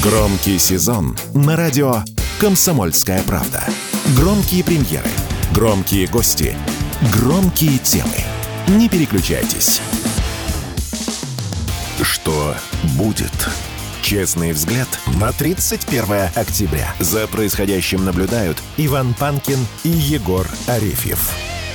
Громкий сезон на радио «Комсомольская правда». Громкие премьеры, громкие гости, громкие темы. Не переключайтесь. Что будет? Честный взгляд на 31 октября. За происходящим наблюдают Иван Панкин и Егор Арефьев.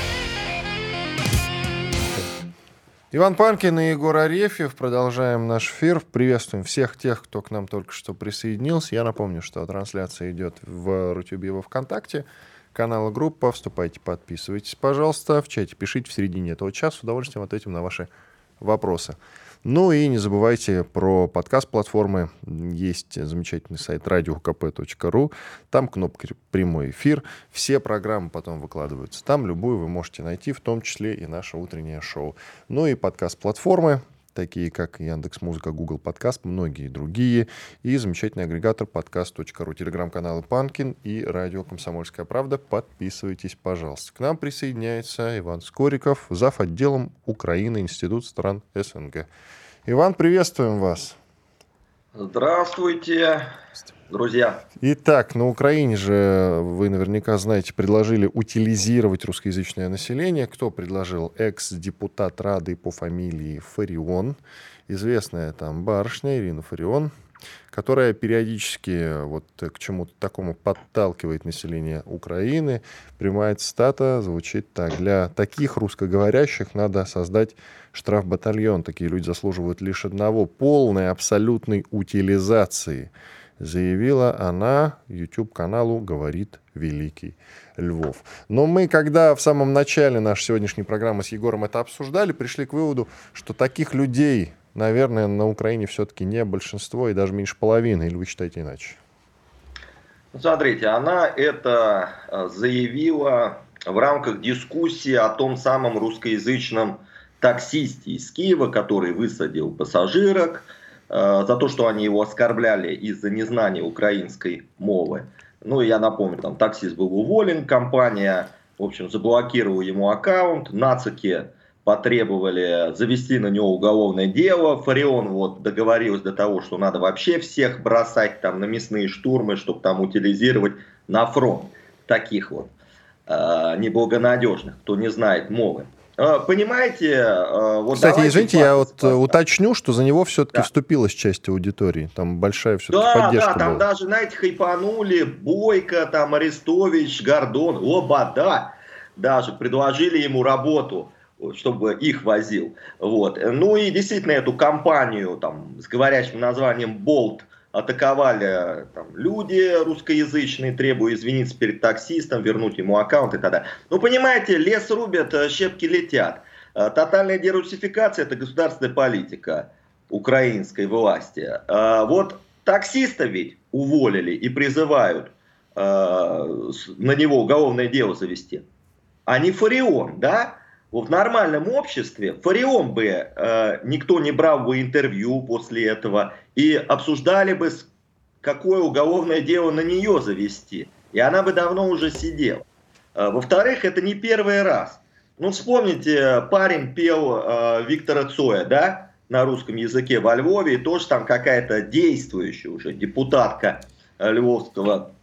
Иван Панкин и Егор Арефьев. Продолжаем наш эфир. Приветствуем всех тех, кто к нам только что присоединился. Я напомню, что трансляция идет в Рутюбе и во ВКонтакте. Канал и группа. Вступайте, подписывайтесь, пожалуйста. В чате пишите в середине этого часа. С удовольствием ответим на ваши вопросы. Ну и не забывайте про подкаст-платформы. Есть замечательный сайт radiokp.ru. Там кнопка «Прямой эфир». Все программы потом выкладываются там. Любую вы можете найти, в том числе и наше утреннее шоу. Ну и подкаст-платформы, такие как Яндекс.Музыка, Google Подкаст, многие другие. И замечательный агрегатор подкаст.ру. Телеграм-каналы Панкин и радио «Комсомольская правда». Подписывайтесь, пожалуйста. К нам присоединяется Иван Скориков, зав. Отделом Украины, Институт стран СНГ. Иван, приветствуем вас. Здравствуйте, друзья. Итак, на Украине же, вы наверняка знаете, предложили утилизировать русскоязычное население. Кто предложил? Экс-депутат Рады по фамилии Фарион, известная там барышня Ирина Фарион, которая периодически вот к чему-то такому подталкивает население Украины. Прямая цитата звучит так: для таких русскоговорящих надо создать штрафбатальон. Такие люди заслуживают лишь одного — полной, абсолютной утилизации, заявила она YouTube-каналу «Говорит Великий Львов». Но мы, когда в самом начале нашей сегодняшней программы с Егором это обсуждали, пришли к выводу, что таких людей, наверное, на Украине все-таки не большинство и даже меньше половины. Или вы считаете иначе? Смотрите, она это заявила в рамках дискуссии о том самом русскоязычном таксисте из Киева, который высадил пассажирок за то, что они его оскорбляли из-за незнания украинской мовы. Ну, я напомню, там таксист был уволен, компания, в общем, заблокировала ему аккаунт, нацики потребовали завести на него уголовное дело. Фарион вот договорилась до того, что надо вообще всех бросать там на мясные штурмы, чтобы там утилизировать на фронт таких вот неблагонадежных, кто не знает мовы. Понимаете, вот кстати, извините, я вот уточню, что за него все-таки вступилась часть аудитории. Там большая все-таки поддержка была. Там даже, знаете, хайпанули Бойко, там Арестович, Гордон, Лобода даже предложили ему работу, чтобы их возил. Вот. Ну и действительно эту компанию там с говорящим названием «Болт» атаковали там люди русскоязычные, требуя извиниться перед таксистом, вернуть ему аккаунт и так далее. Ну, понимаете, лес рубят, щепки летят. Тотальная дерусификация — это государственная политика украинской власти. Вот таксиста ведь уволили и призывают на него уголовное дело завести. А не Фарион, да? В нормальном обществе Фарион бы никто не брал бы интервью после этого и обсуждали бы, какое уголовное дело на нее завести. И она бы давно уже сидела. Во-вторых, это не первый раз. Ну, вспомните, парень пел Виктора Цоя, да, на русском языке во Львове, и тоже там какая-то действующая уже депутатка Львовского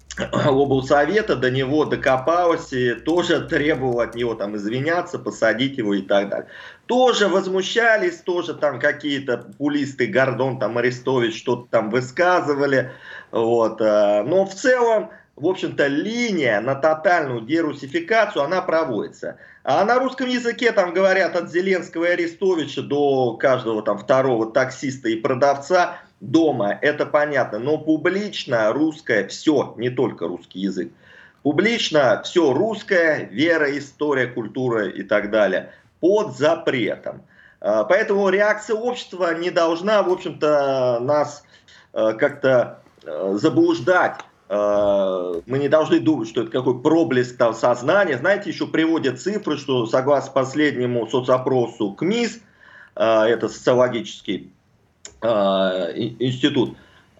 облсовета до него докопалась и тоже требовала от него там извиняться, посадить его и так далее. Тоже возмущались, тоже там какие-то популисты, Гордон, там Арестович что-то там высказывали. Вот. Но в целом, в общем-то, линия на тотальную дерусификацию, она проводится. А на русском языке там говорят от Зеленского и Арестовича до каждого там второго таксиста и продавца дома, это понятно, но публично русское все, не только русский язык, публично все русское, вера, история, культура и так далее под запретом. Поэтому реакция общества не должна, в общем-то, нас как-то заблуждать. Мы не должны думать, что это какой проблеск там сознания. Знаете, еще приводят цифры, что согласно последнему соцопросу КМИС, это социологический институт,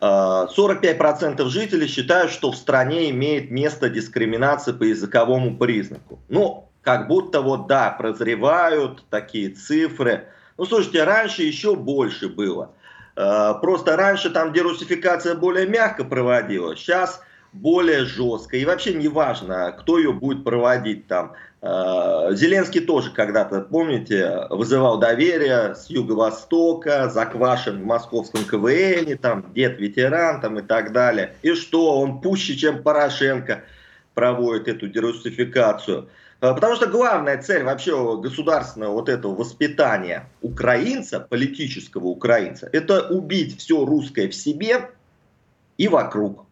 45% жителей считают, что в стране имеет место дискриминация по языковому признаку. Ну, как будто вот, да, прозревают такие цифры. Ну, слушайте, раньше еще больше было. Просто раньше там дерусификация более мягко проводилась, сейчас более жестко. И вообще не важно, кто ее будет проводить там. Зеленский тоже когда-то, помните, вызывал доверие с Юго-Востока, заквашен в московском КВН, там, дед-ветеран там, и так далее. И что, он пуще, чем Порошенко проводит эту дерусификацию. Потому что главная цель вообще государственного вот этого воспитания украинца, политического украинца, это убить все русское в себе и вокруг.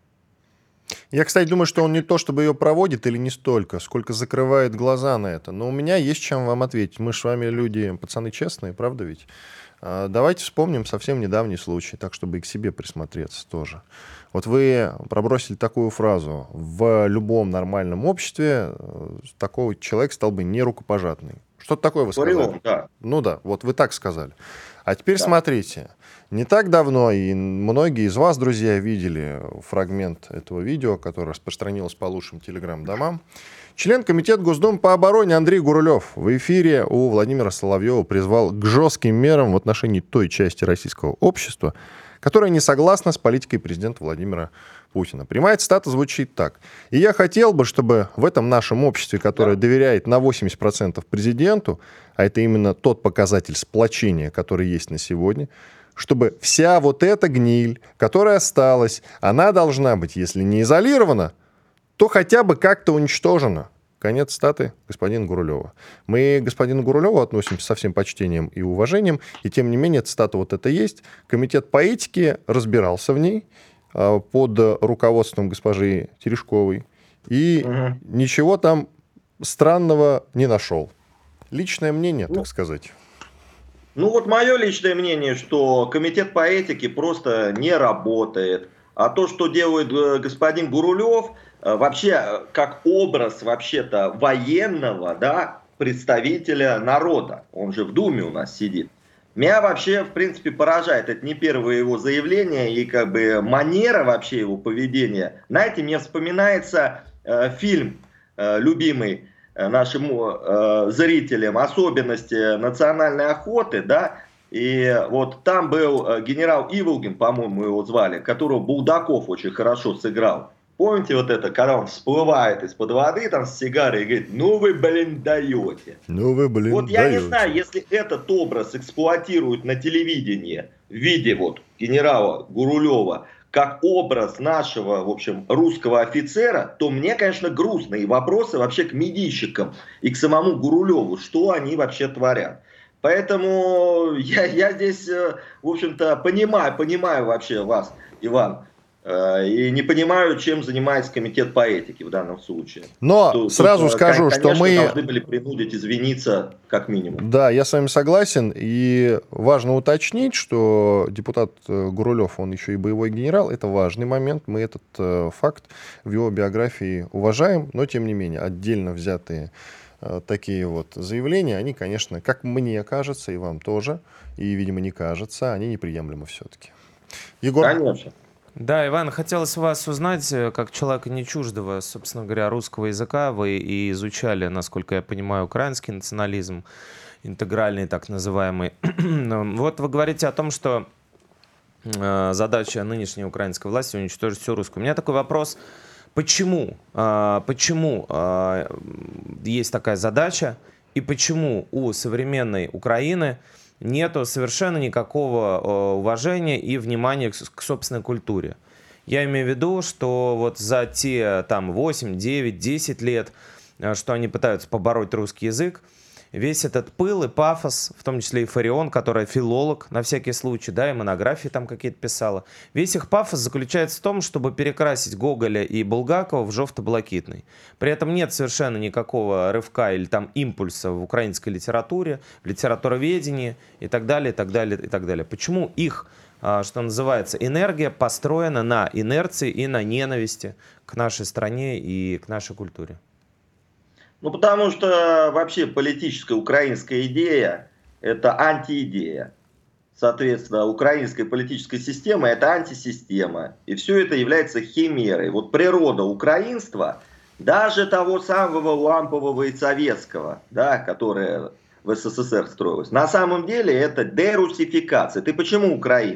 Я, кстати, думаю, что он не то чтобы ее проводит или не столько, сколько закрывает глаза на это. Но у меня есть чем вам ответить. Мы же с вами люди, пацаны, честные, правда ведь? Давайте вспомним совсем недавний случай, так, чтобы и к себе присмотреться тоже. Вот вы пробросили такую фразу. В любом нормальном обществе такой человек стал бы нерукопожатный. Что-то такое вы сказали. Говорил, да. Ну да, вот вы так сказали. А теперь смотрите. Не так давно, и многие из вас, друзья, видели фрагмент этого видео, которое распространилось по лучшим телеграм-домам. Член Комитета Госдумы по обороне Андрей Гурулев в эфире у Владимира Соловьева призвал к жестким мерам в отношении той части российского общества, которая не согласна с политикой президента Владимира Путина. Прямая цитата звучит так. «И я хотел бы, чтобы в этом нашем обществе, которое доверяет на 80% президенту, а это именно тот показатель сплочения, который есть на сегодня, чтобы вся вот эта гниль, которая осталась, она должна быть, если не изолирована, то хотя бы как-то уничтожена». Конец цитаты господина Гурулева. Мы к господину Гурулеву относимся со всем почтением и уважением, и тем не менее цитата вот эта есть. Комитет по этике разбирался в ней под руководством госпожи Терешковой, и ничего там странного не нашел. Личное мнение, так сказать. Ну вот мое личное мнение, что комитет по этике просто не работает. А то, что делает господин Гурулев, вообще как образ вообще-то военного, да, представителя народа, он же в Думе у нас сидит, меня вообще в принципе поражает. Это не первое его заявление и как бы манера вообще его поведения. Знаете, мне вспоминается фильм любимый нашим зрителям «Особенности национальной охоты», да, и вот там был генерал Иволгин, по-моему, его звали, которого Булдаков очень хорошо сыграл. Помните вот это, когда он всплывает из-под воды там с сигарой и говорит: ну вы, блин, даете. Ну вы, блин, вот я не знаю, если этот образ эксплуатируют на телевидении в виде вот генерала Гурулева, как образ нашего, в общем, русского офицера, то мне, конечно, грустно. И вопросы вообще к медийщикам и к самому Гурулеву, что они вообще творят. Поэтому я здесь, в общем-то, понимаю вообще вас, Иван. И не понимаю, чем занимается комитет по этике в данном случае. Но сразу скажу, конечно, что мы должны были принудить извиниться как минимум. Да, я с вами согласен. И важно уточнить, что депутат Гурулев, он еще и боевой генерал. Это важный момент. Мы этот факт в его биографии уважаем. Но, тем не менее, отдельно взятые такие вот заявления, они, конечно, как мне кажется, и вам тоже, и, видимо, не кажется, они неприемлемы все-таки. Егор? Конечно. Да, Иван, хотелось вас узнать, как человека не чуждого, собственно говоря, русского языка. Вы и изучали, насколько я понимаю, украинский национализм, интегральный так называемый. Вот вы говорите о том, что задача нынешней украинской власти уничтожить всю русскую. У меня такой вопрос. Почему есть такая задача, и почему у современной Украины нету совершенно никакого уважения и внимания к собственной культуре? Я имею в виду, что вот за те там 8, 9, 10 лет, что они пытаются побороть русский язык, весь этот пыл и пафос, в том числе и Фарион, которая филолог на всякий случай, да, и монографии там какие-то писала, весь их пафос заключается в том, чтобы перекрасить Гоголя и Булгакова в жовто-блакитный. При этом нет совершенно никакого рывка или там импульса в украинской литературе, в литературоведении и так далее, и так далее, и так далее. Почему их, что называется, энергия построена на инерции и на ненависти к нашей стране и к нашей культуре? Ну, потому что вообще политическая украинская идея – это антиидея. Соответственно, украинская политическая система – это антисистема. И все это является химерой. Вот природа украинства, даже того самого лампового и советского, да, которое в СССР строилось, на самом деле это дерусификация. Ты почему украинец?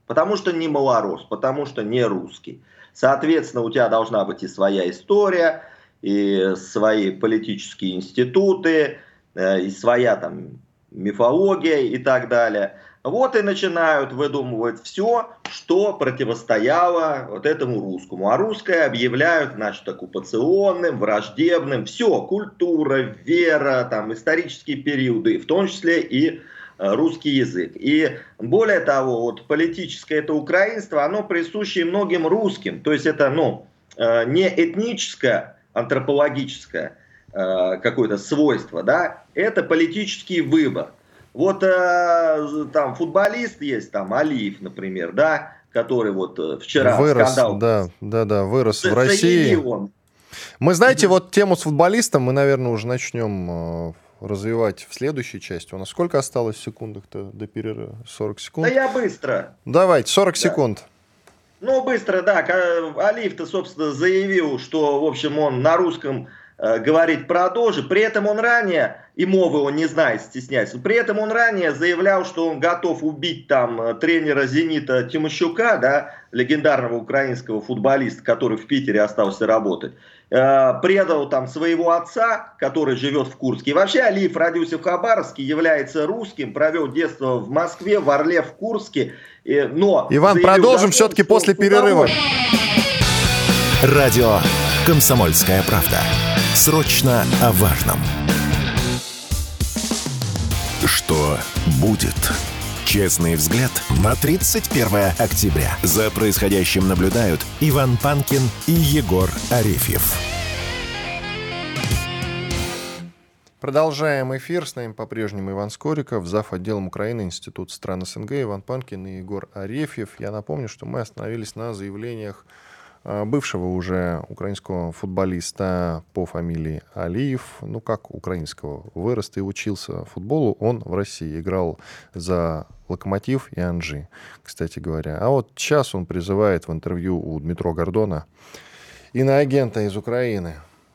потому что не малорос, потому что не русский. Соответственно, у тебя должна быть и своя история, и свои политические институты, и своя там мифология и так далее. Вот и начинают выдумывать все, что противостояло вот этому русскому. А русское объявляют, значит, оккупационным, враждебным. Все, культура, вера, там, исторические периоды, в том числе и русский язык. И более того, вот политическое это украинство, оно присуще многим русским. То есть это, не этническое, антропологическое какое-то свойство, да, это политический выбор. Вот там футболист есть, там Алиев, например, да, который вот вчера вырос, скандал. Вырос в России. Мы, знаете, вот тему с футболистом мы, наверное, уже начнем развивать в следующей части. У нас сколько осталось секундок-то до перерыва? 40 секунд? Да я быстро. Давайте, 40 секунд. Ну, быстро, да. Алиев-то, собственно, заявил, что, в общем, он на русском говорить продолжит. При этом он ранее, и мовы он не знает, стесняется, при этом он ранее заявлял, что он готов убить там тренера «Зенита» Тимощука, да, легендарного украинского футболиста, который в Питере остался работать. Предал там своего отца, который живет в Курске. И вообще Алиев родился в Хабаровске, является русским, провел детство в Москве, в Орле, в Курске. Но Иван, продолжим все-таки после перерыва. Радио «Комсомольская правда». Срочно о важном. Что будет? Честный взгляд на 31 октября. За происходящим наблюдают Иван Панкин и Егор Арефьев. Продолжаем эфир. С нами по-прежнему Иван Скориков, зав. Отделом Украины, Институт стран СНГ, Иван Панкин и Егор Арефьев. Я напомню, что мы остановились на заявлениях бывшего уже украинского футболиста по фамилии Алиев, как украинского, вырос и учился футболу, он в России играл за «Локомотив» и «Анжи», кстати говоря. А вот сейчас он призывает в интервью у Дмитро Гордона иноагента из Украины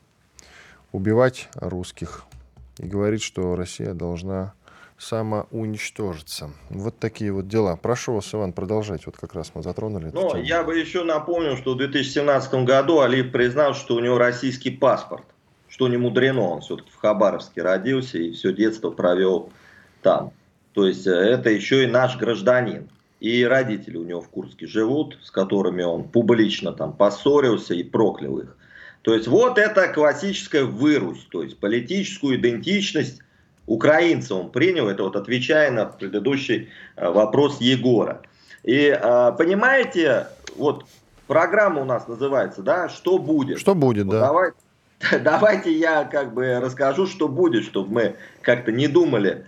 убивать русских и говорит, что Россия должна самоуничтожиться. Вот такие вот дела. Прошу вас, Иван, продолжать. Вот как раз мы затронули эту тему. Я бы еще напомнил, что в 2017 году Алиев признал, что у него российский паспорт. Что не мудрено, он все-таки в Хабаровске родился и все детство провел там. То есть это еще и наш гражданин. И родители у него в Курске живут, с которыми он публично там поссорился и проклял их. То есть вот это классическая вырусь, то есть политическую идентичность украинца он принял, это вот отвечая на предыдущий вопрос Егора. И понимаете, вот программа у нас называется, да, «Что будет?». Что будет, вот да. Давайте я как бы расскажу, что будет, чтобы мы как-то не думали,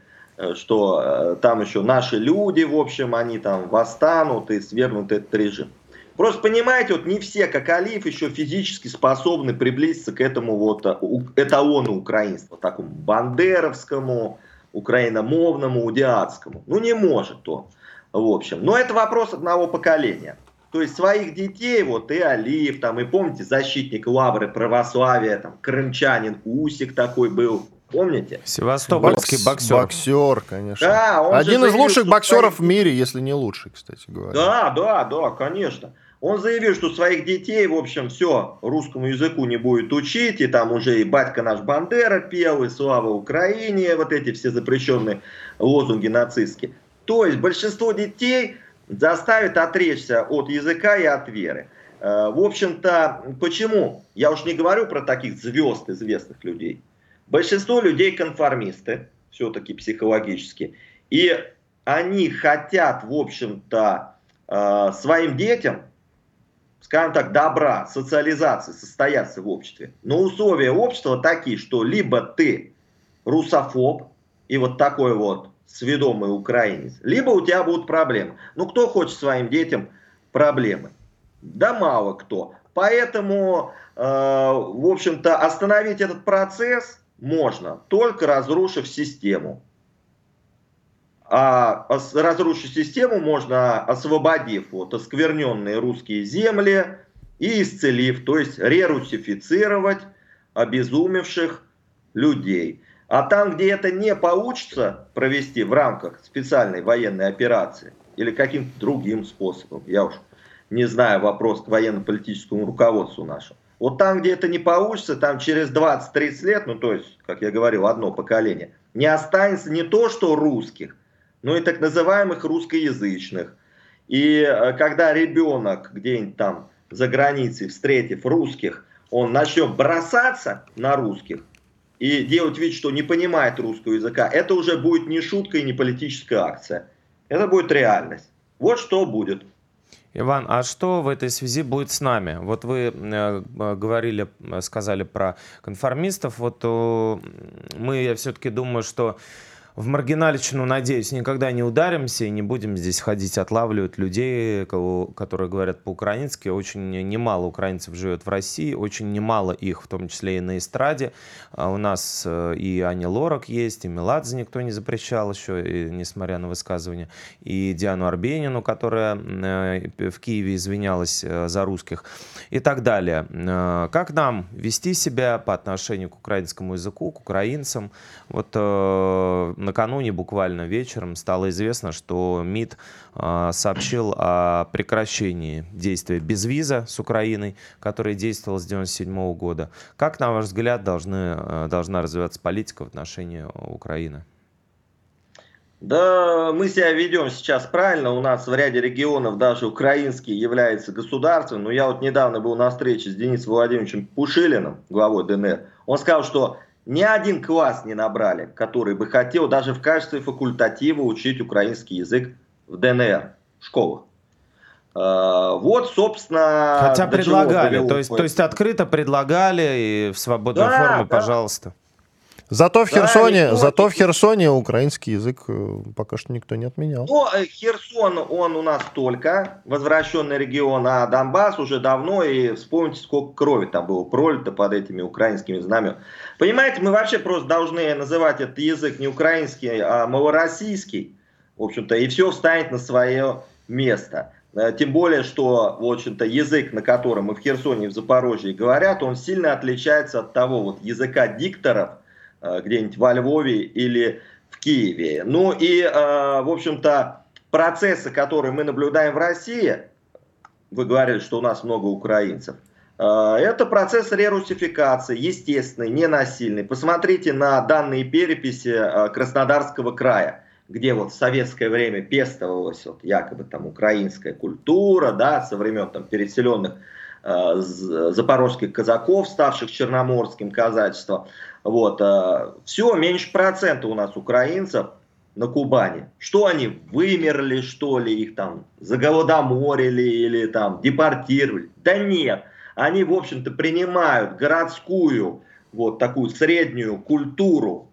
что там еще наши люди, в общем, они там восстанут и свергнут этот режим. Просто понимаете, вот не все, как Алиев, еще физически способны приблизиться к этому вот эталону украинства, такому бандеровскому, украиномовному, удиатскому. Не может он, в общем. Но это вопрос одного поколения. То есть своих детей, вот и Алиев, там, и помните, защитник лавры православия, там, крымчанин Усик такой был, помните? Севастопольский боксер. Боксер, конечно. Да, один из лучших боксеров в мире, если не лучший, кстати говоря. Да, конечно. Он заявил, что своих детей, в общем, все, русскому языку не будет учить, и там уже и батька наш Бандера пел, и слава Украине, вот эти все запрещенные лозунги нацистские. То есть большинство детей заставит отречься от языка и от веры. В общем-то, почему? Я уж не говорю про таких звезд, известных людей. Большинство людей конформисты, все-таки психологически, и они хотят, в общем-то, своим детям, скажем так, добра, социализации, состояться в обществе. Но условия общества такие, что либо ты русофоб и вот такой вот сведомый украинец, либо у тебя будут проблемы. Кто хочет своим детям проблемы? Да мало кто. Поэтому, в общем-то, остановить этот процесс можно, только разрушив систему. А разрушить систему можно, освободив оскверненные русские земли и исцелив, то есть рерусифицировать обезумевших людей. А там, где это не получится провести в рамках специальной военной операции, или каким-то другим способом. Я уж не знаю, вопрос к военно-политическому руководству нашему. Вот там, где это не получится, там через 20-30 лет, ну то есть, как я говорил, одно поколение, не останется не то что русских, но и так называемых русскоязычных. И когда ребенок где-нибудь там за границей, встретив русских, он начнет бросаться на русских и делать вид, что не понимает русского языка, это уже будет не шутка и не политическая акция. Это будет реальность. Вот что будет. Иван, а что в этой связи будет с нами? Вот вы сказали про конформистов. Вот я все-таки думаю, что в маргиналичную, надеюсь, никогда не ударимся и не будем здесь ходить отлавливать людей, которые говорят по-украински. Очень немало украинцев живет в России, очень немало их, в том числе и на эстраде. У нас и Ани Лорак есть, и Меладзе никто не запрещал еще, несмотря на высказывания, и Диану Арбенину, которая в Киеве извинялась за русских, и так далее. Как нам вести себя по отношению к украинскому языку, к украинцам? Вот накануне буквально вечером стало известно, что МИД сообщил о прекращении действия безвиза с Украиной, которая действовала с 1997 года. Как, на ваш взгляд, должна развиваться политика в отношении Украины? Да, мы себя ведем сейчас правильно. У нас в ряде регионов даже украинский является государством. Но я вот недавно был на встрече с Денисом Владимировичем Пушилиным, главой ДНР. Он сказал, что ни один класс не набрали, который бы хотел даже в качестве факультатива учить украинский язык в ДНР, в школах. Вот, собственно... Хотя предлагали, то есть открыто предлагали и в свободной форме, пожалуйста. Зато в Херсоне украинский язык пока что никто не отменял. Но Херсон, он у нас только возвращенный регион, а Донбасс уже давно, и вспомните, сколько крови там было пролито под этими украинскими знаменами. Понимаете, мы вообще просто должны называть этот язык не украинский, а малороссийский, в общем-то, и все встанет на свое место. Тем более, что, в общем-то, язык, на котором и в Херсоне, и в Запорожье говорят, он сильно отличается от того вот языка дикторов, где-нибудь во Львове или в Киеве. Ну и, в общем-то, процессы, которые мы наблюдаем в России, вы говорили, что у нас много украинцев, это процесс рерусификации, естественный, ненасильный. Посмотрите на данные переписи Краснодарского края, где вот в советское время пестовалась вот якобы там украинская культура, да, со времен там переселенных запорожских казаков, ставших черноморским казачеством. Вот, все, меньше процента у нас украинцев на Кубани. Что они, вымерли, что ли, их там заголодоморили или там депортировали? Да нет, они, в общем-то, принимают городскую, вот такую среднюю культуру,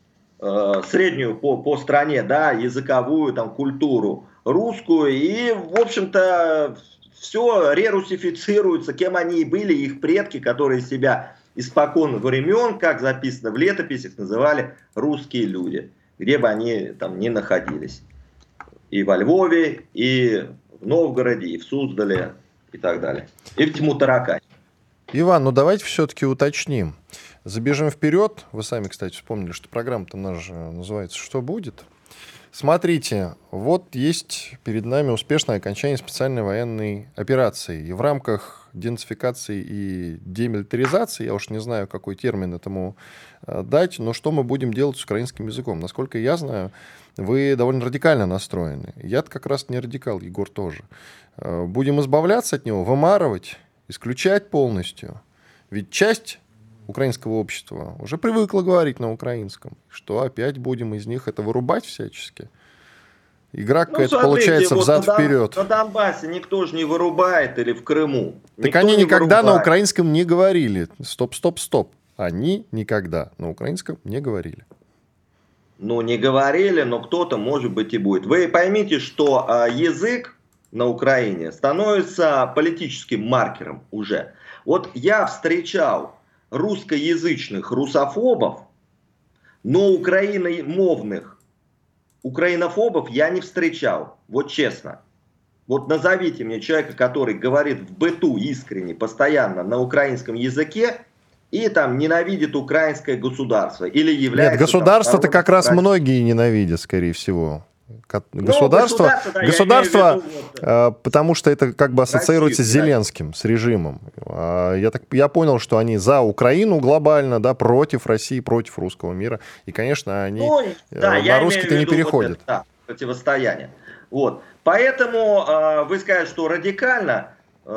среднюю по стране, да, языковую там культуру русскую, и, в общем-то, все рерусифицируется, кем они и были, их предки, которые себя испокон времен, как записано в летописях, называли русские люди, где бы они там ни находились. И во Львове, и в Новгороде, и в Суздале, и так далее. И в Тьму-Таракане. Иван, ну давайте все-таки уточним. Забежим вперед. Вы сами, кстати, вспомнили, что программа-то наша называется «Что будет?». Смотрите, вот есть перед нами успешное окончание специальной военной операции. И в рамках денацификации и демилитаризации, я уж не знаю, какой термин этому дать, но что мы будем делать с украинским языком? Насколько я знаю, вы довольно радикально настроены. Я-то как раз не радикал, Егор тоже. Будем избавляться от него, вымарывать, исключать полностью. Ведь часть украинского общества уже привыкла говорить на украинском. Что опять будем из них это вырубать всячески? Игра какая-то получается вот взад-вперед. На Донбассе никто же не вырубает или в Крыму. Так никто они никогда вырубает. На украинском не говорили. Стоп. Они никогда на украинском не говорили. Ну, не говорили, но кто-то, может быть, и будет. Вы поймите, что язык на Украине становится политическим маркером уже. Вот я встречал русскоязычных русофобов, но украинофобов я не встречал. Вот честно. Вот назовите мне человека, который говорит в быту искренне, постоянно на украинском языке и там ненавидит украинское государство или является... Нет, государство-то как раз многие ненавидят, скорее всего. Государство, да, государство потому что это как бы ассоциируется Россию, с Зеленским, с режимом. Я понял, что они за Украину глобально, да, против России, против русского мира. И, конечно, они на русский-то не переходят. Вот это, противостояние. Вот. Поэтому вы скажете, что радикально,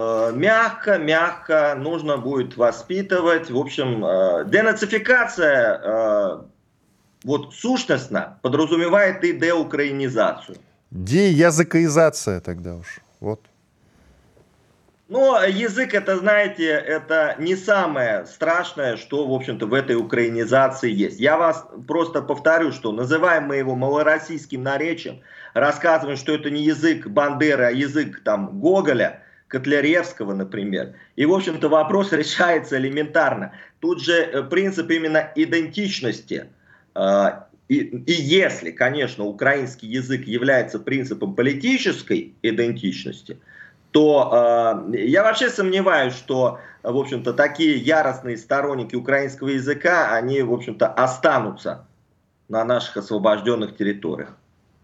мягко нужно будет воспитывать. В общем, денацификация вот сущностно подразумевает и деукраинизацию. Деязыкоизация тогда уж. Вот. Но язык, это, знаете, это не самое страшное, что, в общем-то, в этой украинизации есть. Я вас просто повторю, что называем мы его малороссийским наречием, рассказываем, что это не язык Бандеры, а язык там Гоголя, Котляревского, например. И, в общем-то, вопрос решается элементарно. Тут же принцип именно идентичности. И если, конечно, украинский язык является принципом политической идентичности, то я вообще сомневаюсь, что, в общем-то, такие яростные сторонники украинского языка, они, в общем-то, останутся на наших освобожденных территориях.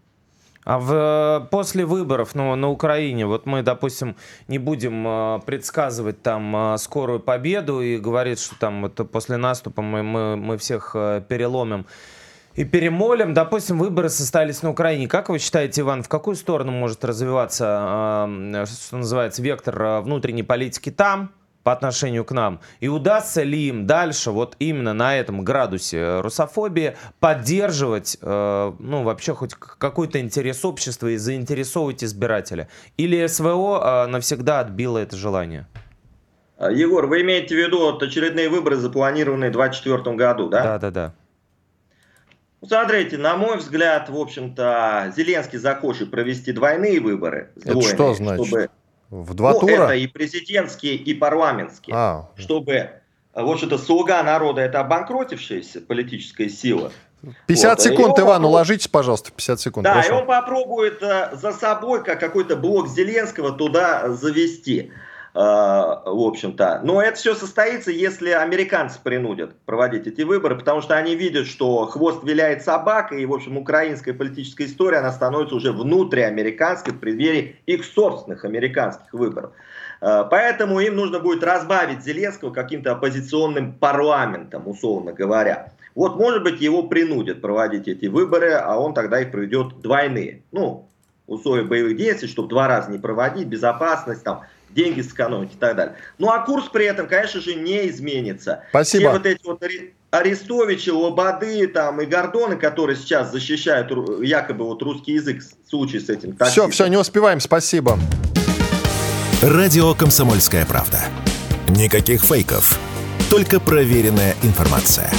А после выборов на Украине, вот мы, допустим, не будем предсказывать там скорую победу и говорить, что там вот после наступа мы всех переломим и перемолим. Допустим, выборы состоялись на Украине. Как вы считаете, Иван, в какую сторону может развиваться, что называется, вектор внутренней политики там, по отношению к нам? И удастся ли им дальше, вот именно на этом градусе русофобии, поддерживать, вообще хоть какой-то интерес общества и заинтересовывать избирателя? Или СВО навсегда отбило это желание? Егор, вы имеете в виду вот очередные выборы, запланированные в 2024 году, да? Да. Смотрите, на мой взгляд, в общем-то, Зеленский захочет провести двойные выборы. Это что значит? В два тура? Это и президентские, и парламентские. Чтобы, в общем-то, слуга народа — это обанкротившаяся политическая сила. 50 секунд, Иван, уложитесь, пожалуйста, 50 секунд. Да, прошу. и он попробует за собой, как какой-то блок Зеленского, туда завести. В общем-то. Но это все состоится, если американцы принудят проводить эти выборы, потому что они видят, что хвост виляет собака, и, в общем, украинская политическая история, она становится уже внутриамериканской в преддверии их собственных американских выборов. Поэтому им нужно будет разбавить Зеленского каким-то оппозиционным парламентом, условно говоря. Вот, может быть, его принудят проводить эти выборы, а он тогда их проведет двойные. Условия боевых действий, чтобы 2 раза не проводить, безопасность, там, деньги сэкономить и так далее. Ну а курс при этом, конечно же, не изменится. Спасибо. Все вот эти вот Арестовичи, Лободы там, и Гордоны, которые сейчас защищают якобы вот русский язык в случае с этим таксистом. Все, не успеваем, спасибо. Радио «Комсомольская правда». Никаких фейков, только проверенная информация.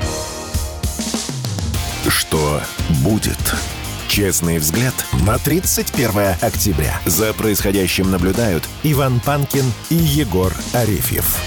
Что будет? Честный взгляд на 31 октября. За происходящим наблюдают Иван Панкин и Егор Арефьев.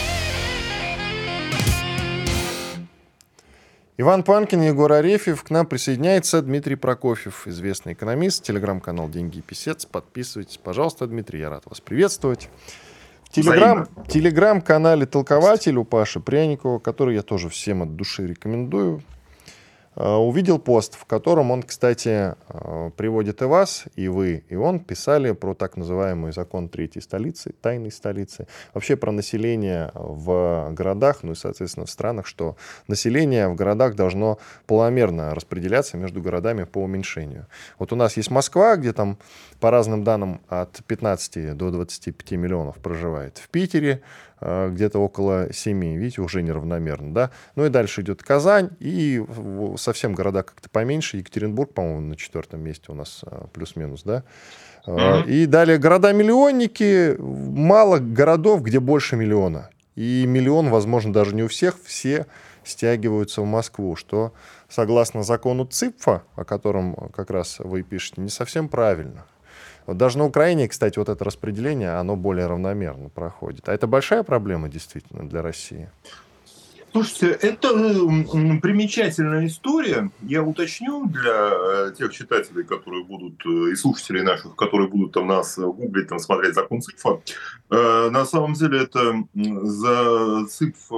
Иван Панкин, Егор Арефьев. К нам присоединяется Дмитрий Прокофьев, известный экономист, телеграм-канал «Деньги и писец». Подписывайтесь, пожалуйста, Дмитрий, я рад вас приветствовать. В телеграм-канале «Толкователь» у Паши Пряникова, который я тоже всем от души рекомендую, увидел пост, в котором он, кстати, приводит и вас, и вы, и он писали про так называемый закон третьей столицы, тайной столицы, вообще про население в городах, ну и, соответственно, в странах, что население в городах должно полномерно распределяться между городами по уменьшению. Вот у нас есть Москва, где там, по разным данным, от 15 до 25 миллионов проживает. В Питере где-то около 7, видите, уже неравномерно, да. Ну и дальше идет Казань, и совсем города как-то поменьше. Екатеринбург, по-моему, на 4 месте у нас плюс-минус, да. И далее города-миллионники, мало городов, где больше миллиона. И миллион, возможно, даже не у всех, все стягиваются в Москву, что, согласно закону ЦИПФа, о котором как раз вы пишете, не совсем правильно. Вот даже на Украине, кстати, вот это распределение, оно более равномерно проходит. А это большая проблема действительно для России? Слушайте, это примечательная история. Я уточню для тех читателей, которые будут, и слушателей наших, которые будут там нас гуглить, там, смотреть закон ЦИПФа. На самом деле это ЦИПФ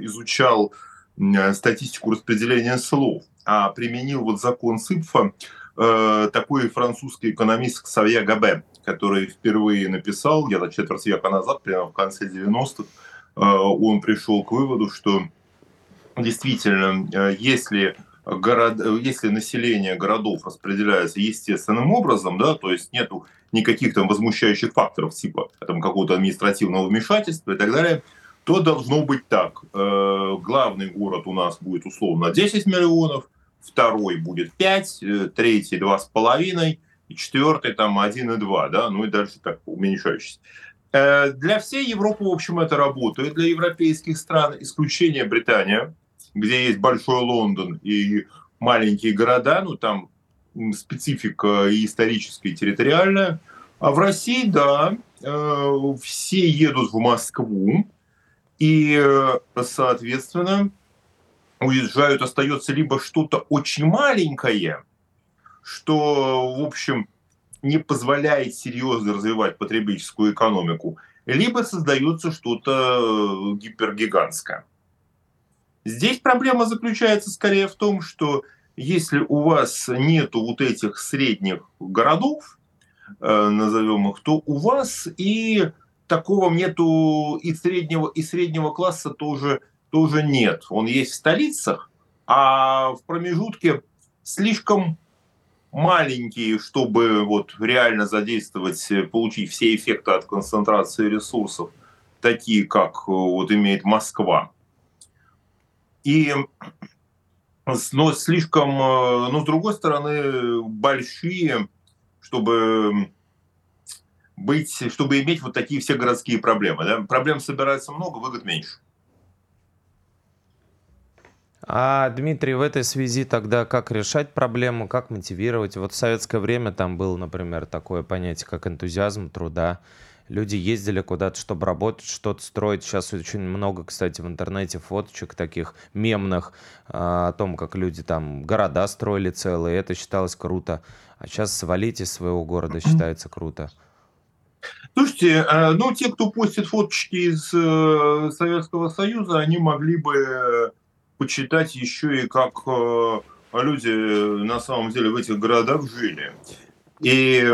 изучал статистику распределения слов, а применил вот закон ЦИПФа такой французский экономист Ксавье Габе, который впервые написал где-то четверть века назад, прямо в конце 90-х, он пришел к выводу, что действительно, если население городов распределяется естественным образом, да, то есть нету никаких там возмущающих факторов типа там, какого-то административного вмешательства и так далее, то должно быть так. Главный город у нас будет условно 10 миллионов, второй будет 5, третий 2,5, и четвертый там 1,2, да, ну и дальше так уменьшающийся. Для всей Европы, в общем, это работает. Для европейских стран исключение Британия, где есть большой Лондон и маленькие города, ну там специфика и историческая, и территориальная. А в России, да, все едут в Москву, и, соответственно, уезжают, остается либо что-то очень маленькое, что, в общем, не позволяет серьезно развивать потребительскую экономику, либо создается что-то гипергигантское. Здесь проблема заключается скорее в том, что если у вас нету вот этих средних городов, назовем их, то у вас и такого нету, и среднего класса тоже нет. Он есть в столицах, а в промежутке слишком маленькие, чтобы вот реально задействовать, получить все эффекты от концентрации ресурсов, такие как вот имеет Москва. Но слишком, но с другой стороны, большие, чтобы иметь вот такие все городские проблемы. Да? Проблем собирается много, выгод меньше. А, Дмитрий, в этой связи тогда как решать проблему, как мотивировать? Вот в советское время там было, например, такое понятие, как энтузиазм труда. Люди ездили куда-то, чтобы работать, что-то строить. Сейчас очень много, кстати, в интернете фоточек таких мемных о том, как люди там города строили целые. Это считалось круто. А сейчас свалить из своего города считается круто. Слушайте, ну те, кто постит фоточки из Советского Союза, они могли бы почитать еще и как люди на самом деле в этих городах жили. И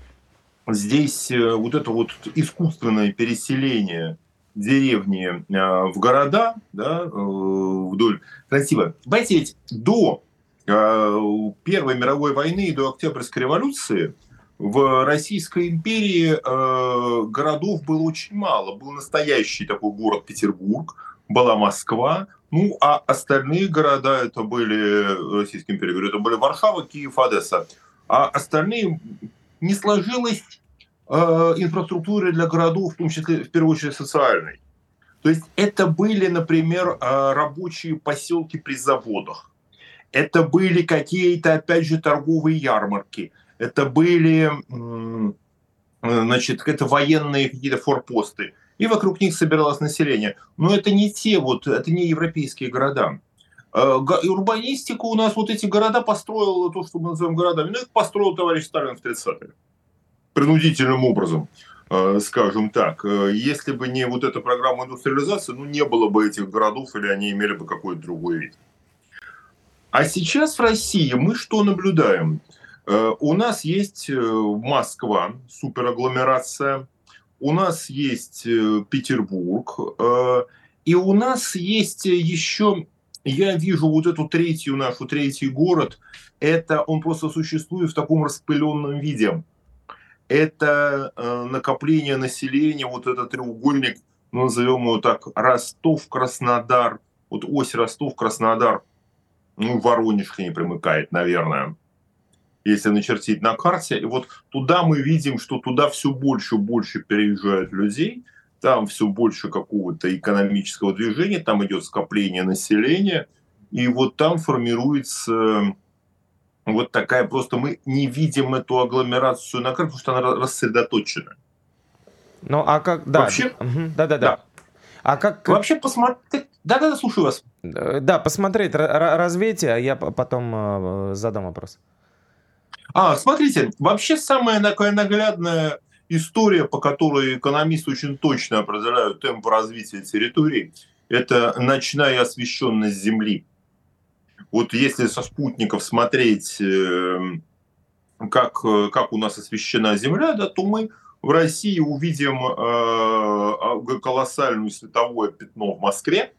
здесь вот это вот искусственное переселение деревни в города, да, вдоль красиво. Понимаете, ведь до Первой мировой войны и до Октябрьской революции в Российской империи городов было очень мало. Был настоящий такой город Петербург, была Москва, ну а остальные города это были, Российской империи, говорю, это были Варшава, Киев, Одесса. А остальные не сложилась инфраструктура для городов, в том числе, в первую очередь, социальной. То есть это были, например, рабочие поселки при заводах. Это были какие-то, опять же, торговые ярмарки. Это были, значит, это военные какие-то форпосты. И вокруг них собиралось население. Но это не это не европейские города. Урбанистика у нас, вот эти города построил, то, что мы называем городами, ну, их построил товарищ Сталин в 30-е. Принудительным образом, скажем так. Если бы не вот эта программа индустриализации, ну, не было бы этих городов, или они имели бы какой-то другой вид. А сейчас в России мы что наблюдаем? У нас есть Москва, суперагломерация, у нас есть Петербург, и у нас есть еще, я вижу вот эту третий город, это он просто существует в таком распыленном виде. Это накопление населения, вот этот треугольник, назовем его так, Ростов-Краснодар, вот ось Ростов-Краснодар, ну, Воронеж к ней примыкает, наверное, если начертить на карте. И вот туда мы видим, что туда все больше и больше переезжают людей, там все больше какого-то экономического движения, там идет скопление населения, и вот там формируется вот такая, просто мы не видим эту агломерацию на карте, потому что она рассредоточена. Ну, а как... Да, вообще, да. А как... Вообще посмотреть... Да, слушаю вас. Да, посмотреть развитие, а я потом задам вопрос. Смотрите, вообще самая такая наглядная история, по которой экономисты очень точно определяют темп развития территорий, это ночная освещенность Земли. Вот если со спутников смотреть как у нас освещена Земля, да, то мы в России увидим колоссальное световое пятно в Москве,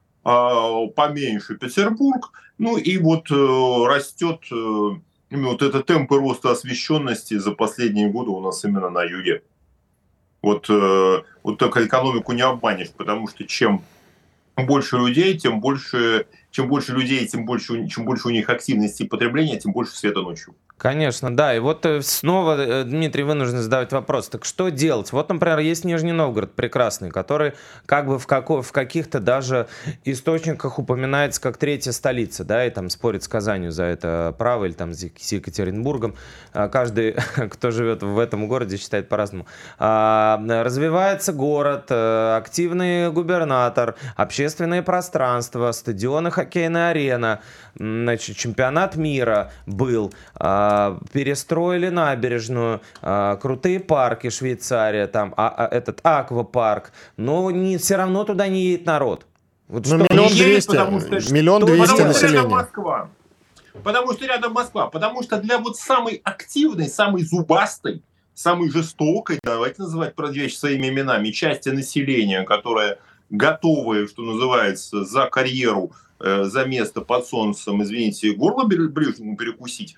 поменьше Петербург, ну и вот растет именно вот это темпы роста освещенности за последние годы у нас именно на юге. Вот только экономику не обманешь, потому что чем больше людей, чем больше людей, чем больше у них активности и потребления, тем больше света ночью. Конечно, да. И вот снова Дмитрий вынужден задавать вопрос. Так что делать? Вот, например, есть Нижний Новгород прекрасный, который как бы в каких-то даже источниках упоминается как третья столица, да, и там спорит с Казанью за это право, или там с Екатеринбургом. Каждый, кто живет в этом городе, считает по-разному. Развивается город, активный губернатор, общественные пространства, стадионы, хоккейная арена, значит, чемпионат мира был, перестроили набережную, крутые парки, Швейцария, там, этот аквапарк, но все равно туда не едет народ. Вот ну, 1 200 000 населения. Потому что рядом Москва. Потому что для вот самой активной, самой зубастой, самой жестокой, давайте называть вещи своими именами, части населения, которая готовая, что называется, за карьеру, за место под солнцем, извините, горло ближнему перекусить,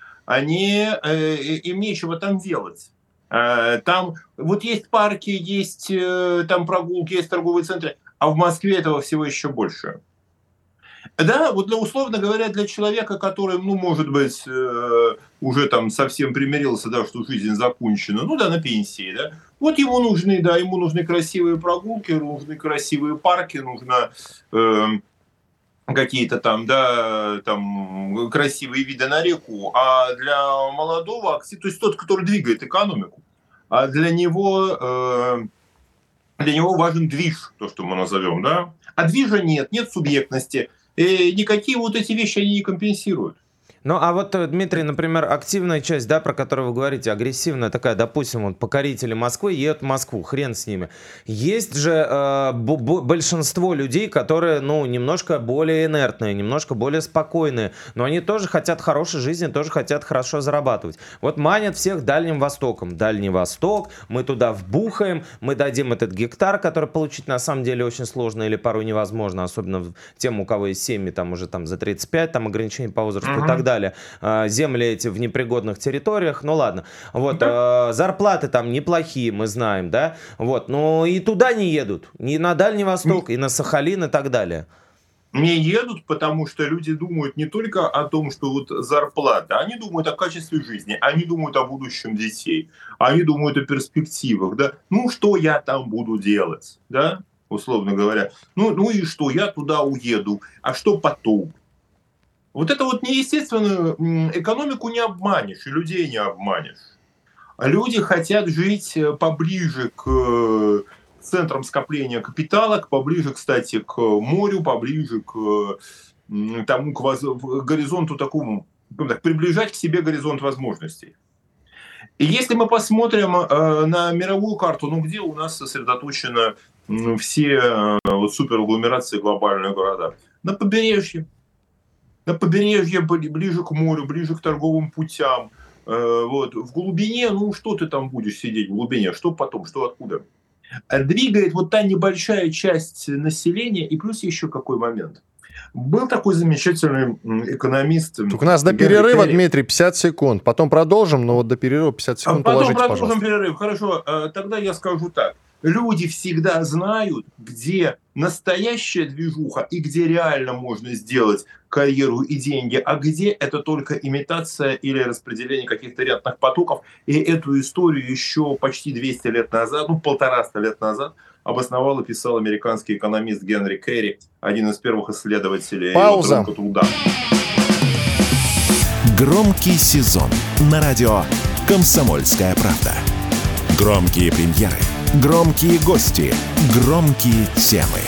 им нечего там делать. Там вот есть парки, есть там прогулки, есть торговые центры, а в Москве этого всего еще больше. Да, вот условно говоря, для человека, который, ну, может быть, уже там совсем примирился, да, что жизнь закончена, ну да, на пенсии, да, вот ему нужны красивые прогулки, нужны красивые парки, нужно какие-то там, да, там красивые виды на реку, а для молодого, то есть тот, который двигает экономику, а для него важен движ, то, что мы назовем, да, а движа нет субъектности, и никакие вот эти вещи они не компенсируют. Ну, а вот, Дмитрий, например, активная часть, да, про которую вы говорите, агрессивная такая, допустим, вот покорители Москвы едут в Москву, хрен с ними. Есть же большинство людей, которые, ну, немножко более инертные, немножко более спокойные, но они тоже хотят хорошей жизни, тоже хотят хорошо зарабатывать. Вот манят всех Дальним Востоком. Дальний Восток, мы туда вбухаем, мы дадим этот гектар, который получить на самом деле очень сложно или порой невозможно, особенно тем, у кого есть семьи, там уже там за 35, там ограничения по возрасту и так далее. Земли эти в непригодных территориях, ну ладно, вот, зарплаты там неплохие, мы знаем, да, вот, но и туда не едут, ни на Дальний Восток, и на Сахалин и так далее. Не едут, потому что люди думают не только о том, что вот зарплата, они думают о качестве жизни, они думают о будущем детей, они думают о перспективах, да, ну что я там буду делать, да, условно говоря, ну и что, я туда уеду, а что потом? Вот это вот неестественную экономику не обманешь, и людей не обманешь. А люди хотят жить поближе к центрам скопления капитала, поближе, кстати, к морю, поближе к горизонту такому, приближать к себе горизонт возможностей. И если мы посмотрим на мировую карту, ну где у нас сосредоточены все вот суперагломерации, глобальные города? На побережье. На побережье, ближе к морю, ближе к торговым путям. Вот. В глубине, ну что ты там будешь сидеть в глубине, что потом, что откуда? Двигает вот та небольшая часть населения, и плюс еще какой момент. Был такой замечательный экономист. Только у нас до перерыва, Дмитрий, 50 секунд. Потом продолжим, но вот до перерыва 50 секунд положите, пожалуйста. Потом продолжим перерыв. Хорошо, тогда я скажу так. Люди всегда знают, где настоящая движуха и где реально можно сделать карьеру и деньги, а где это только имитация или распределение каких-то рядных потоков. И эту историю еще почти 200 лет назад, 150 лет назад обосновал и писал американский экономист Генри Керри, один из первых исследователей рынка труда. Громкий сезон на радио «Комсомольская правда». Громкие премьеры, громкие гости, громкие темы.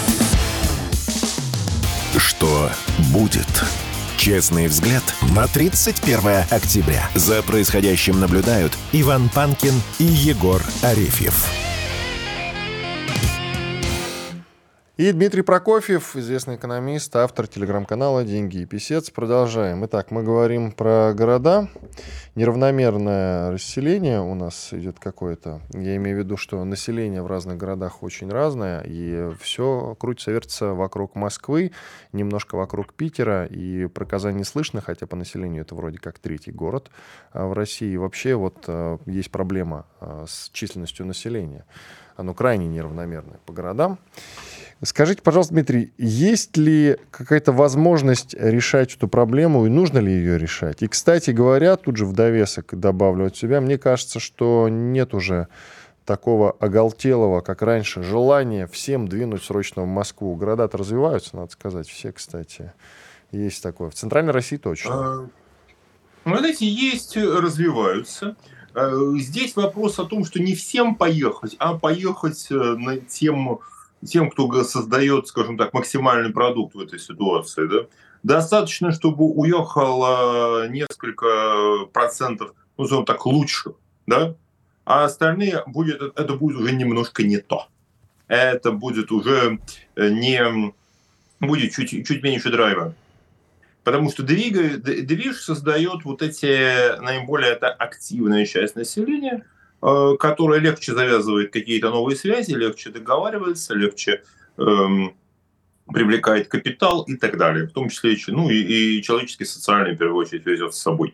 Что будет? Честный взгляд на 31 октября. За происходящим наблюдают Иван Панкин и Егор Арефьев. И Дмитрий Прокофьев, известный экономист, автор телеграм-канала «Деньги и писец». Продолжаем. Итак, мы говорим про города. Неравномерное расселение у нас идет какое-то. Я имею в виду, что население в разных городах очень разное, и все крутится, вертится вокруг Москвы, немножко вокруг Питера, и про Казань не слышно, хотя по населению это вроде как третий город в России. Вообще вот есть проблема с численностью населения. Оно крайне неравномерное по городам. Скажите, пожалуйста, Дмитрий, есть ли какая-то возможность решать эту проблему и нужно ли ее решать? И, кстати говоря, тут же в довесок добавлю от себя, мне кажется, что нет уже такого оголтелого, как раньше, желания всем двинуть срочно в Москву. Города-то развиваются, надо сказать, все, кстати. Есть такое. В Центральной России точно. Вы знаете, есть, развиваются. Здесь вопрос о том, что не всем поехать, а поехать тем, кто создает, скажем так, максимальный продукт в этой ситуации. Да? Достаточно, чтобы уехало несколько процентов, ну, скажем так, лучше, да? А остальные это будет уже немножко не то. Это будет уже будет чуть меньше драйва. Потому что движ создает вот эти наиболее активная часть населения, которая легче завязывает какие-то новые связи, легче договаривается, легче привлекает капитал и так далее. В том числе и человеческий, социальный, в первую очередь, везет с собой.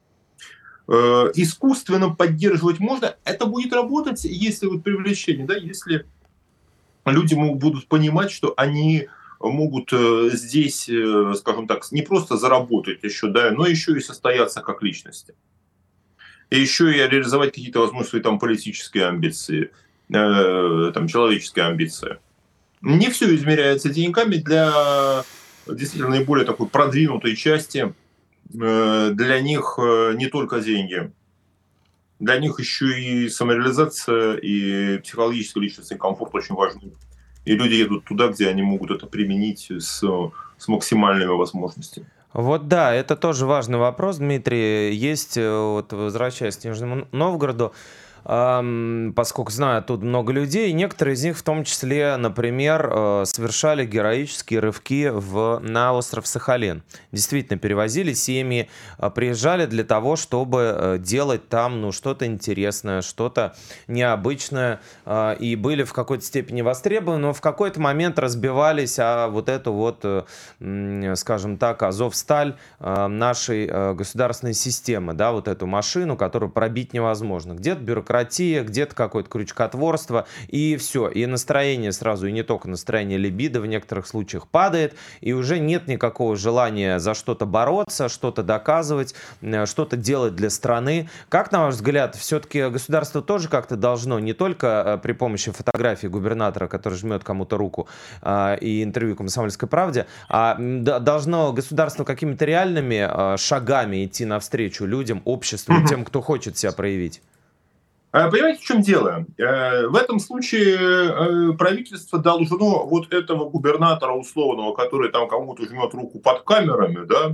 Искусственно поддерживать можно. Это будет работать, если вот привлечение, да, если люди будут понимать, что они могут здесь, скажем так, не просто заработать еще, да, но еще и состояться как личности. И еще и реализовать какие-то, возможно, свои там политические амбиции, там, человеческие амбиции. Не все измеряется деньгами. Для действительно наиболее такой продвинутой части для них не только деньги. Для них еще и самореализация, и психологический личностный комфорт очень важны. И люди едут туда, где они могут это применить с максимальными возможностями. Вот да, это тоже важный вопрос, Дмитрий. Есть, вот возвращаясь к Нижнему Новгороду, поскольку знаю, тут много людей, некоторые из них в том числе, например, совершали героические рывки на остров Сахалин. Действительно, перевозили семьи, приезжали для того, чтобы делать там что-то интересное, что-то необычное, и были в какой-то степени востребованы, но в какой-то момент разбивались о вот эту вот, скажем так, Азовсталь нашей государственной системы, да, вот эту машину, которую пробить невозможно. Где-то бюрократия, где-то какое-то крючкотворство, и все. И настроение сразу, и не только настроение, либидо в некоторых случаях падает, и уже нет никакого желания за что-то бороться, что-то доказывать, что-то делать для страны. Как, на ваш взгляд, все-таки государство тоже как-то должно, не только при помощи фотографии губернатора, который жмет кому-то руку, и интервью «Комсомольской правде», а должно государство какими-то реальными шагами идти навстречу людям, обществу, тем, кто хочет себя проявить? Понимаете, в чем дело? В этом случае правительство должно вот этого губернатора условного, который там кому-то жмет руку под камерами, да,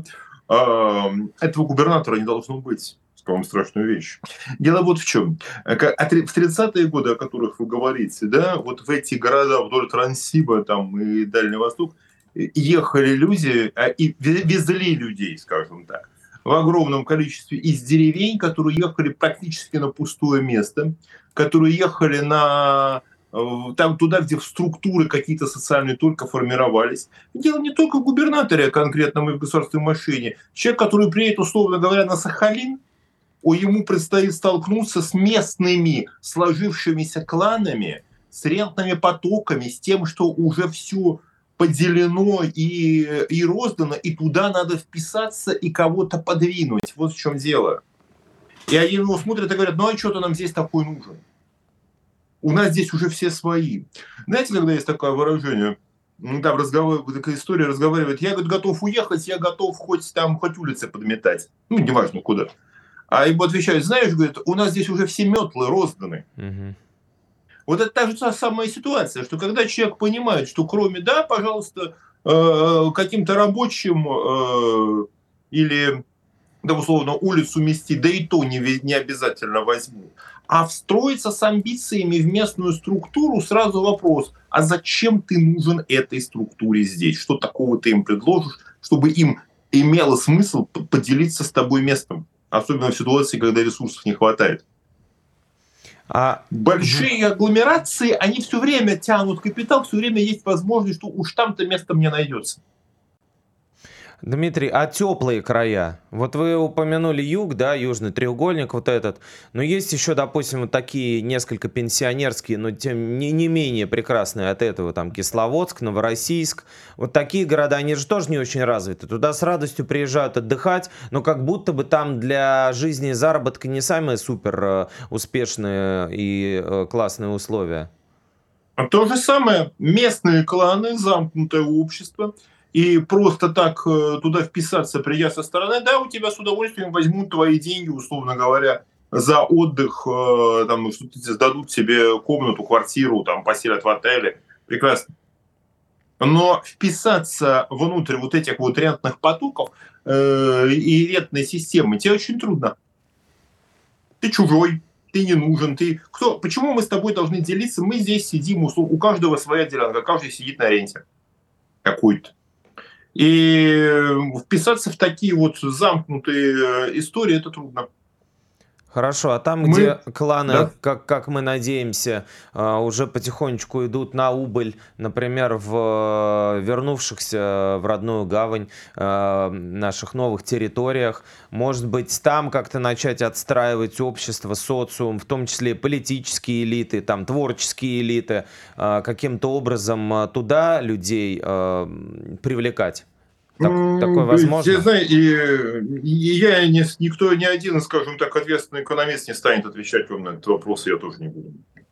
этого губернатора не должно быть. Скажу вам страшную вещь. Дело вот в чем. В 30-е годы, о которых вы говорите, да, вот в эти города вдоль Транссиба там, и Дальний Восток ехали люди и везли людей, скажем так, в огромном количестве из деревень, которые ехали практически на пустое место, которые ехали там, туда, где структуры какие-то социальные только формировались. Дело не только в губернаторе конкретном и в государственной машине. Человек, который приедет, условно говоря, на Сахалин, ему предстоит столкнуться с местными сложившимися кланами, с рентными потоками, с тем, что уже все поделено и роздано, и туда надо вписаться и кого-то подвинуть. Вот в чем дело. И они его смотрят и говорят, ну а что-то нам здесь такой нужен? У нас здесь уже все свои. Знаете, когда есть такое выражение, там такая история разговаривает, я говорит, готов уехать, я готов хоть улицы подметать. Ну, неважно куда. А ему отвечают, знаешь, говорит, у нас здесь уже все метлы розданы. Угу. Вот это та же самая ситуация, что когда человек понимает, что кроме, да, пожалуйста, каким-то рабочим или да, условно, улицу мести, да и то не обязательно возьмут, а встроиться с амбициями в местную структуру, сразу вопрос, а зачем ты нужен этой структуре здесь? Что такого ты им предложишь, чтобы им имело смысл поделиться с тобой местом? Особенно в ситуации, когда ресурсов не хватает. Большие агломерации, они все время тянут капитал, все время есть возможность, что уж там-то место мне найдется. Дмитрий, а теплые края? Вот вы упомянули юг, да, южный треугольник вот этот, но есть еще, допустим, вот такие несколько пенсионерские, но тем не менее прекрасные от этого, там Кисловодск, Новороссийск, вот такие города, они же тоже не очень развиты, туда с радостью приезжают отдыхать, но как будто бы там для жизни и заработка не самые супер успешные и классные условия. То же самое, местные кланы, замкнутое общество. И просто так туда вписаться, придя со стороны, да, у тебя с удовольствием возьмут твои деньги, условно говоря, за отдых, там, что-то дадут тебе комнату, квартиру, там, поселят в отеле. Прекрасно. Но вписаться внутрь вот этих вот рентных потоков и рентной системы тебе очень трудно. Ты чужой, ты не нужен, ты кто? Почему мы с тобой должны делиться? Мы здесь сидим, у каждого своя делянка, каждый сидит на ренте какой-то. И вписаться в такие вот замкнутые истории это трудно. Хорошо, а там, где кланы, да, как мы надеемся, уже потихонечку идут на убыль, например, в вернувшихся в родную гавань наших новых территориях, может быть, там как-то начать отстраивать общество, социум, в том числе политические элиты, там, творческие элиты, каким-то образом туда людей привлекать? Такое возможно? Я знаю, никто, ни один, скажем так, ответственный экономист не станет отвечать вам на этот вопрос, я тоже не буду.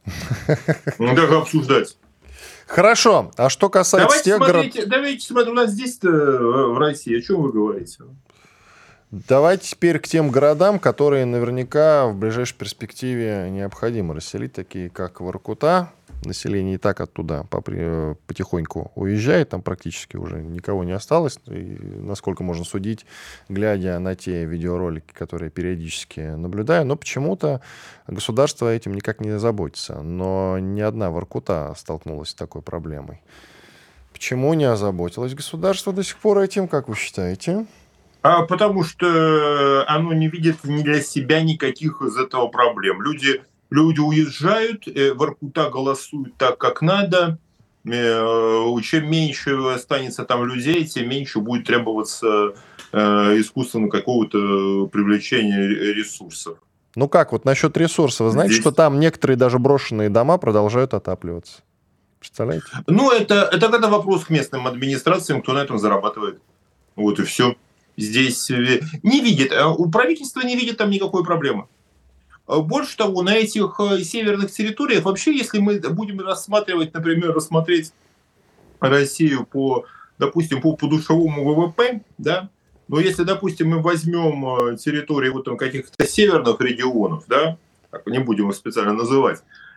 Даже обсуждать. Хорошо, а что касается тех городов... Давайте смотреть, у нас здесь-то в России, о чем вы говорите? Давайте теперь к тем городам, которые наверняка в ближайшей перспективе необходимо расселить, такие как Воркута. Население и так оттуда потихоньку уезжает, там практически уже никого не осталось. И, насколько можно судить, глядя на те видеоролики, которые периодически наблюдаю, но почему-то государство этим никак не озаботится. Но ни одна Воркута столкнулась с такой проблемой. Почему не озаботилось государство до сих пор этим, как вы считаете? Потому что оно не видит ни для себя никаких из этого проблем. Люди уезжают, Воркута голосуют так, как надо. Чем меньше останется там людей, тем меньше будет требоваться искусственно какого-то привлечения ресурсов. Ну как, вот насчет ресурсов. Вы знаете, что там некоторые даже брошенные дома продолжают отапливаться? Представляете? Ну, это когда вопрос к местным администрациям, кто на этом зарабатывает. Вот и все. Здесь не видит, у правительства не видит там никакой проблемы. Больше того, на этих северных территориях, вообще, если мы будем рассматривать, например, рассмотреть Россию допустим, по подушевому ВВП, да, но если, допустим, мы возьмем территории вот там каких-то северных регионов, да, не будем их специально называть,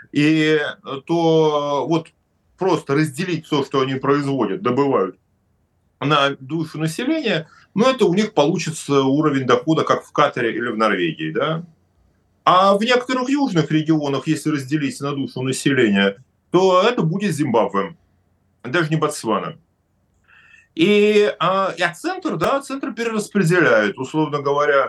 то вот просто разделить все, что они производят, добывают, на душу населения, ну, это у них получится уровень дохода, как в Катаре или в Норвегии, да. А в некоторых южных регионах, если разделить на душу населения, то это будет Зимбабве, даже не Ботсвана. А центр перераспределяет, условно говоря,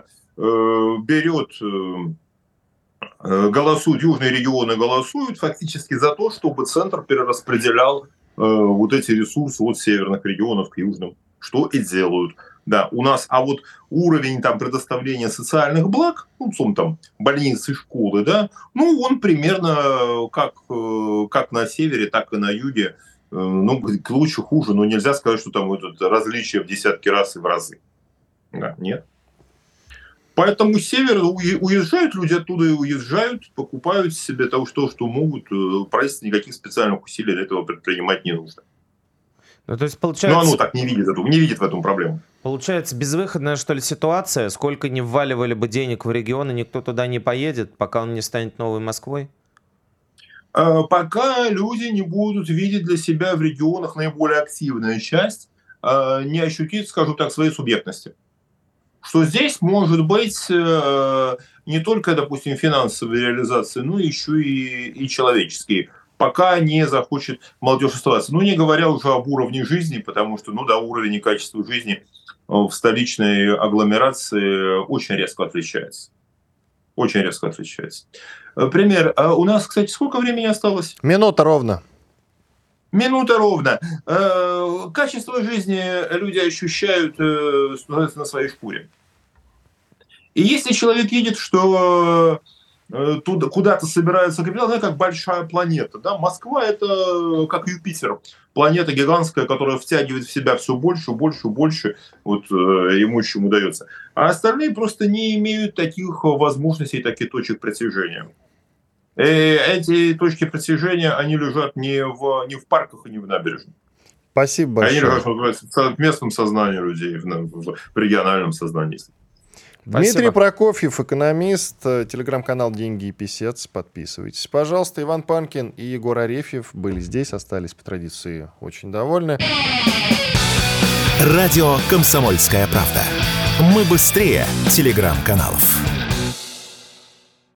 голосуют, южные регионы голосуют фактически за то, чтобы центр перераспределял вот эти ресурсы от северных регионов к южным, что и делают. Да, у нас, а вот уровень там предоставления социальных благ, ну, там, больницы, школы, да, ну, он примерно как на севере, так и на юге, ну, лучше, хуже, но нельзя сказать, что там вот различия в десятки раз и в разы. Да, нет. Поэтому с севера уезжают люди оттуда и уезжают, покупают себе того, что могут, правительство никаких специальных усилий для этого предпринимать не нужно. Ну, то есть, получается... Но оно так не видит в этом проблему. Получается, безвыходная, что ли, ситуация? Сколько не вваливали бы денег в регионы, никто туда не поедет, пока он не станет новой Москвой? Пока люди не будут видеть для себя в регионах наиболее активную часть, не ощутить, скажем так, своей субъектности. что здесь может быть не только, допустим, финансовые реализации, но еще и человеческие, пока не захочет молодежь оставаться. Ну, не говоря уже об уровне жизни, потому что, уровень и качество жизни в столичной агломерации очень резко отличается. Очень резко отличается. Пример. У нас, кстати, сколько времени осталось? Минута ровно. Минута ровно. Качество жизни люди ощущают на своей шкуре. И если человек видит, что куда-то собираются капиталы, как большая планета. Да? Москва — это как Юпитер. Планета гигантская, которая втягивает в себя все больше, больше, больше. Вот ему чем удается. А остальные просто не имеют таких возможностей, таких точек притяжения. И эти точки притяжения, они лежат не в парках и не в набережных. Спасибо большое. Они лежат в местном сознании людей, в региональном сознании. Дмитрий Спасибо. Прокофьев, экономист, телеграм-канал «Деньги и писец». Подписывайтесь, пожалуйста. Иван Панкин и Егор Арефьев были здесь, остались по традиции очень довольны. Радио «Комсомольская правда». Мы быстрее телеграм-каналов.